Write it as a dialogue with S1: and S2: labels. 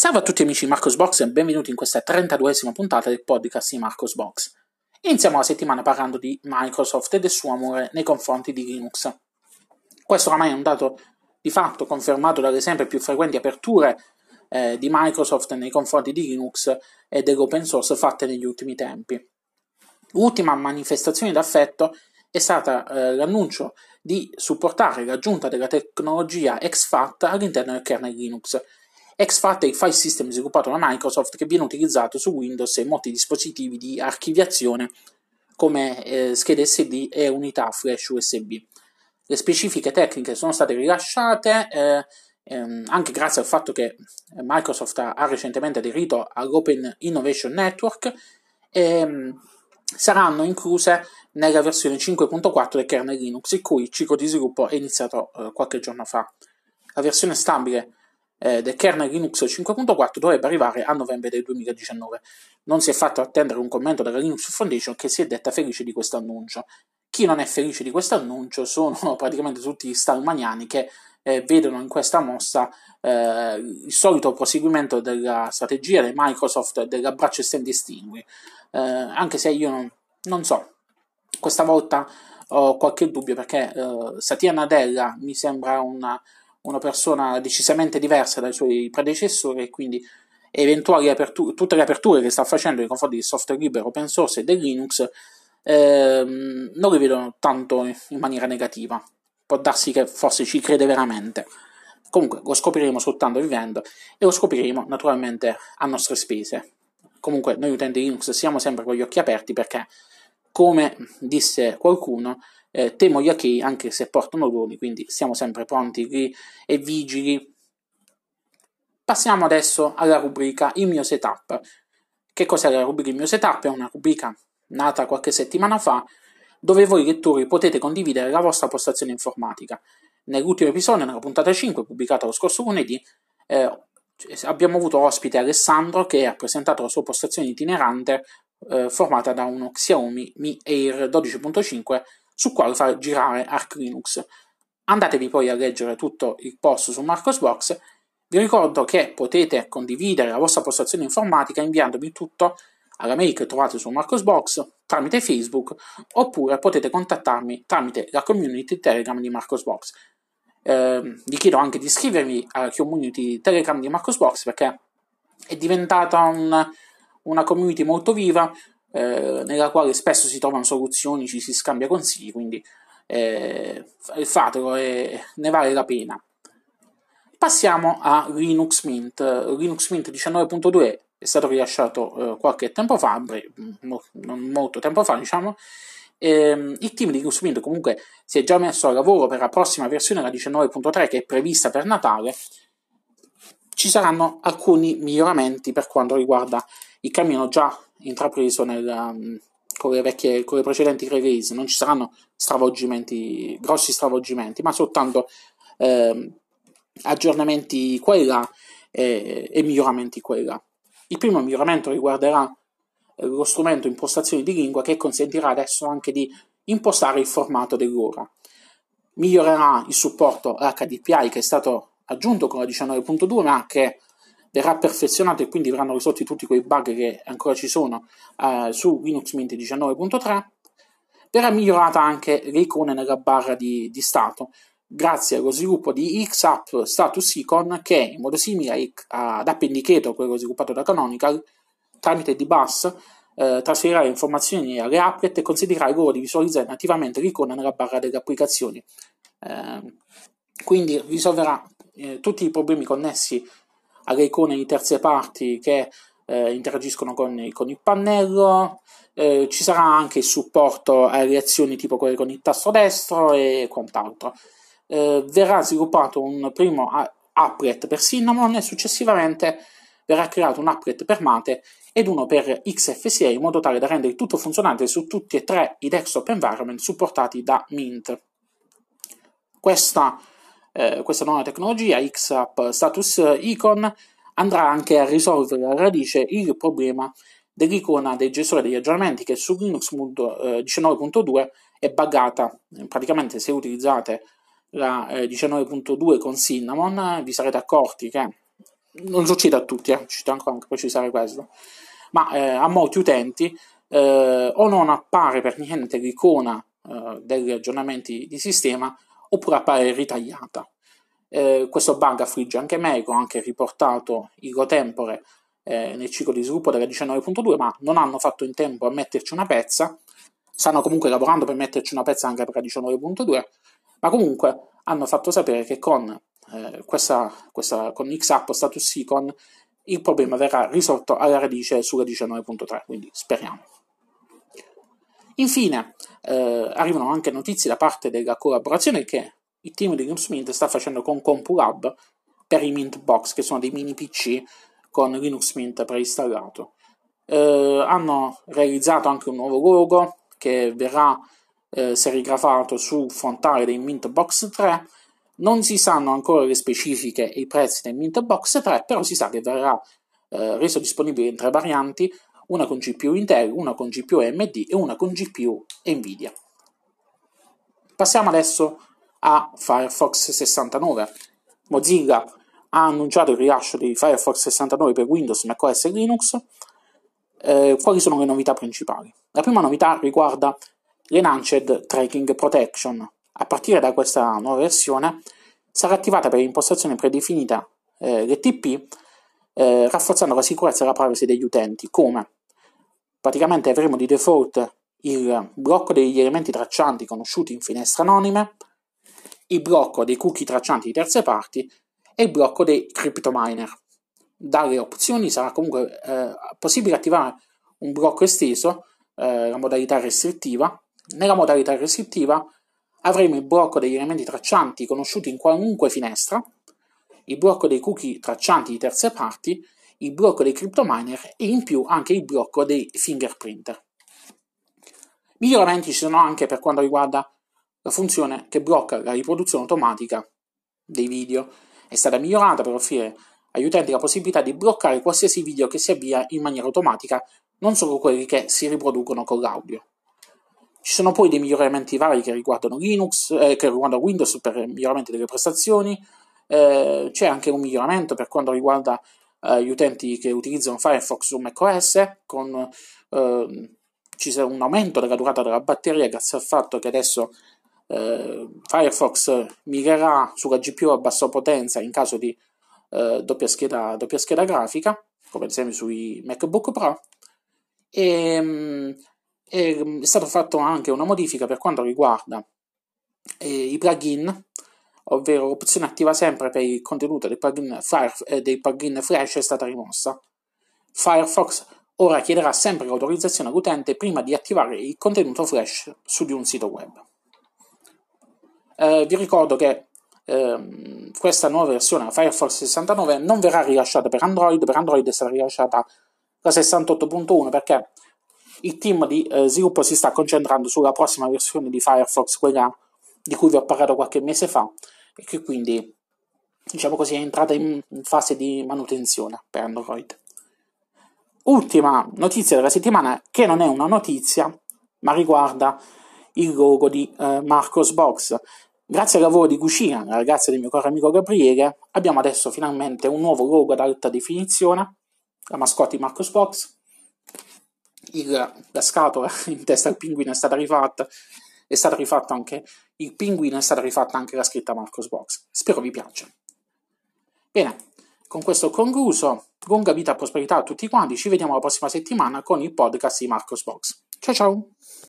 S1: Salve a tutti amici di Marcosbox e benvenuti in questa 32esima puntata del podcast di Marcosbox. Iniziamo la settimana parlando di Microsoft e del suo amore nei confronti di Linux. Questo oramai è un dato di fatto confermato dalle sempre più frequenti aperture di Microsoft nei confronti di Linux e dell'open source fatte negli ultimi tempi. L'ultima manifestazione d'affetto è stata l'annuncio di supportare l'aggiunta della tecnologia exFAT all'interno del kernel Linux. exFAT è il file system sviluppato da Microsoft che viene utilizzato su Windows e molti dispositivi di archiviazione come schede SD e unità flash USB. Le specifiche tecniche sono state rilasciate anche grazie al fatto che Microsoft ha recentemente aderito all'Open Innovation Network e saranno incluse nella versione 5.4 del kernel Linux, il cui ciclo di sviluppo è iniziato qualche giorno fa. La versione stabile del kernel Linux 5.4 dovrebbe arrivare a novembre del 2019. Non si è fatto attendere un commento dalla Linux Foundation che si è detta felice di questo annuncio. Chi non è felice di questo annuncio sono praticamente tutti gli starmaniani che vedono in questa mossa il solito proseguimento della strategia di Microsoft dell'abbraccio stand distingui, anche se io non so, questa volta ho qualche dubbio perché Satya Nadella mi sembra una persona decisamente diversa dai suoi predecessori e quindi eventuali tutte le aperture che sta facendo nei confronti del software libero, open source e del Linux non le vedo tanto in maniera negativa. Può darsi che forse ci crede veramente. Comunque lo scopriremo soltanto vivendo e lo scopriremo naturalmente a nostre spese. Comunque noi utenti Linux siamo sempre con gli occhi aperti perché, come disse qualcuno, temo gli hackei anche se portano droni, quindi siamo sempre pronti lì e vigili. Passiamo adesso alla rubrica Il mio setup. Che cos'è la rubrica Il mio setup? È una rubrica nata qualche settimana fa dove voi lettori potete condividere la vostra postazione informatica. Nell'ultimo episodio, nella puntata 5, pubblicata lo scorso lunedì, abbiamo avuto ospite Alessandro che ha presentato la sua postazione itinerante formata da uno Xiaomi Mi Air 12.5 sul quale far girare Arch Linux. Andatevi poi a leggere tutto il post su Marcosbox. Vi ricordo che potete condividere la vostra postazione informatica inviandomi tutto alla mail che trovate su Marcosbox tramite Facebook oppure potete contattarmi tramite la community Telegram di Marcosbox. Vi chiedo anche di iscrivervi alla community Telegram di Marcosbox perché è diventata una community molto viva nella quale spesso si trovano soluzioni, ci si scambia consigli, quindi fatelo e ne vale la pena. Passiamo a Linux Mint. Linux Mint 19.2 è stato rilasciato qualche tempo fa, non molto tempo fa, diciamo. Il team di Linux Mint comunque si è già messo al lavoro per la prossima versione, la 19.3, che è prevista per Natale. Ci saranno alcuni miglioramenti per quanto riguarda il cammino già intrapreso con le precedenti release. Non ci saranno grossi stravolgimenti, ma soltanto aggiornamenti qua e là e miglioramenti qua e là. Il primo miglioramento riguarderà lo strumento impostazioni di lingua che consentirà adesso anche di impostare il formato dell'ora. Migliorerà il supporto HDPI che è stato aggiunto con la 19.2 ma che verrà perfezionato e quindi verranno risolti tutti quei bug che ancora ci sono su Linux Mint 19.3. Verrà migliorata anche le icone nella barra di stato grazie allo sviluppo di XApp Status Icon che in modo simile ad App Indicator, quello sviluppato da Canonical, tramite dbus trasferirà le informazioni alle applet e consentirà loro di visualizzare nativamente l'icona nella barra delle applicazioni. Quindi risolverà tutti i problemi connessi alle icone di terze parti che interagiscono con il pannello. Ci sarà anche il supporto alle azioni tipo quelle con il tasto destro e quant'altro. Verrà sviluppato un primo applet per Cinnamon e successivamente verrà creato un applet per Mate ed uno per XFCE in modo tale da rendere il tutto funzionante su tutti e tre i desktop environment supportati da Mint. Questa nuova tecnologia, XApp Status Icon, andrà anche a risolvere alla radice il problema dell'icona del gestore degli aggiornamenti che su Linux 19.2 è buggata. Praticamente se utilizzate la 19.2 con Cinnamon vi sarete accorti che non succede a tutti, ci tengo anche a precisare questo, ma a molti utenti o non appare per niente l'icona degli aggiornamenti di sistema oppure appare ritagliata. Questo bug affligge anche me, che ho anche riportato illo tempore nel ciclo di sviluppo della 19.2, ma non hanno fatto in tempo a metterci una pezza. Stanno comunque lavorando per metterci una pezza anche per la 19.2, ma comunque hanno fatto sapere che con con XApp Status Icon il problema verrà risolto alla radice sulla 19.3, quindi speriamo. Infine arrivano anche notizie da parte della collaborazione che il team di Linux Mint sta facendo con CompuLab per i Mint Box, che sono dei mini PC con Linux Mint preinstallato. Hanno realizzato anche un nuovo logo che verrà serigrafato sul frontale dei Mint Box 3. Non si sanno ancora le specifiche e i prezzi del Mint Box 3, però si sa che verrà reso disponibile in 3 varianti, una con GPU Intel, una con GPU AMD e una con GPU Nvidia. Passiamo adesso a Firefox 69. Mozilla ha annunciato il rilascio di Firefox 69 per Windows, macOS e Linux. Quali sono le novità principali? La prima novità riguarda l'Enhanced Tracking Protection. A partire da questa nuova versione sarà attivata per impostazione predefinita l'ETP, rafforzando la sicurezza e la privacy degli utenti. Come? Praticamente avremo di default il blocco degli elementi traccianti conosciuti in finestre anonime, il blocco dei cookie traccianti di terze parti e il blocco dei cryptominer. Dalle opzioni sarà comunque possibile attivare un blocco esteso, la modalità restrittiva. Nella modalità restrittiva avremo il blocco degli elementi traccianti conosciuti in qualunque finestra, il blocco dei cookie traccianti di terze parti, il blocco dei cryptominer e in più anche il blocco dei fingerprinter. Miglioramenti ci sono anche per quanto riguarda la funzione che blocca la riproduzione automatica dei video. È stata migliorata per offrire agli utenti la possibilità di bloccare qualsiasi video che si avvia in maniera automatica, non solo quelli che si riproducono con l'audio. Ci sono poi dei miglioramenti vari che riguardano che riguardano Windows per il miglioramento delle prestazioni. C'è anche un miglioramento per quanto riguarda gli utenti che utilizzano Firefox su macOS, ci sarà un aumento della durata della batteria grazie al fatto che adesso Firefox migrerà sulla GPU a bassa potenza in caso di doppia scheda grafica, come ad esempio sui MacBook Pro. È stata fatta anche una modifica per quanto riguarda i plugin, ovvero l'opzione attiva sempre per il contenuto dei plugin Flash è stata rimossa. Firefox ora chiederà sempre l'autorizzazione all'utente prima di attivare il contenuto Flash su di un sito web. Vi ricordo che questa nuova versione, la Firefox 69, non verrà rilasciata per Android è stata rilasciata la 68.1 perché il team di sviluppo si sta concentrando sulla prossima versione di Firefox, quella di cui vi ho parlato qualche mese fa, e che quindi, diciamo così, è entrata in fase di manutenzione per Android. Ultima notizia della settimana, che non è una notizia, ma riguarda il logo di Marcosbox. Grazie al lavoro di cucina, la ragazza del mio caro amico Gabriele, abbiamo adesso finalmente un nuovo logo ad alta definizione, la mascotte di Marcosbox. La scatola in testa al pinguino è stata rifatta anche il pinguino, è stata rifatta anche la scritta Marcosbox. Spero vi piaccia. Bene, con questo ho concluso. Lunga vita e prosperità a tutti quanti. Ci vediamo la prossima settimana con il podcast di Marcosbox. Ciao ciao!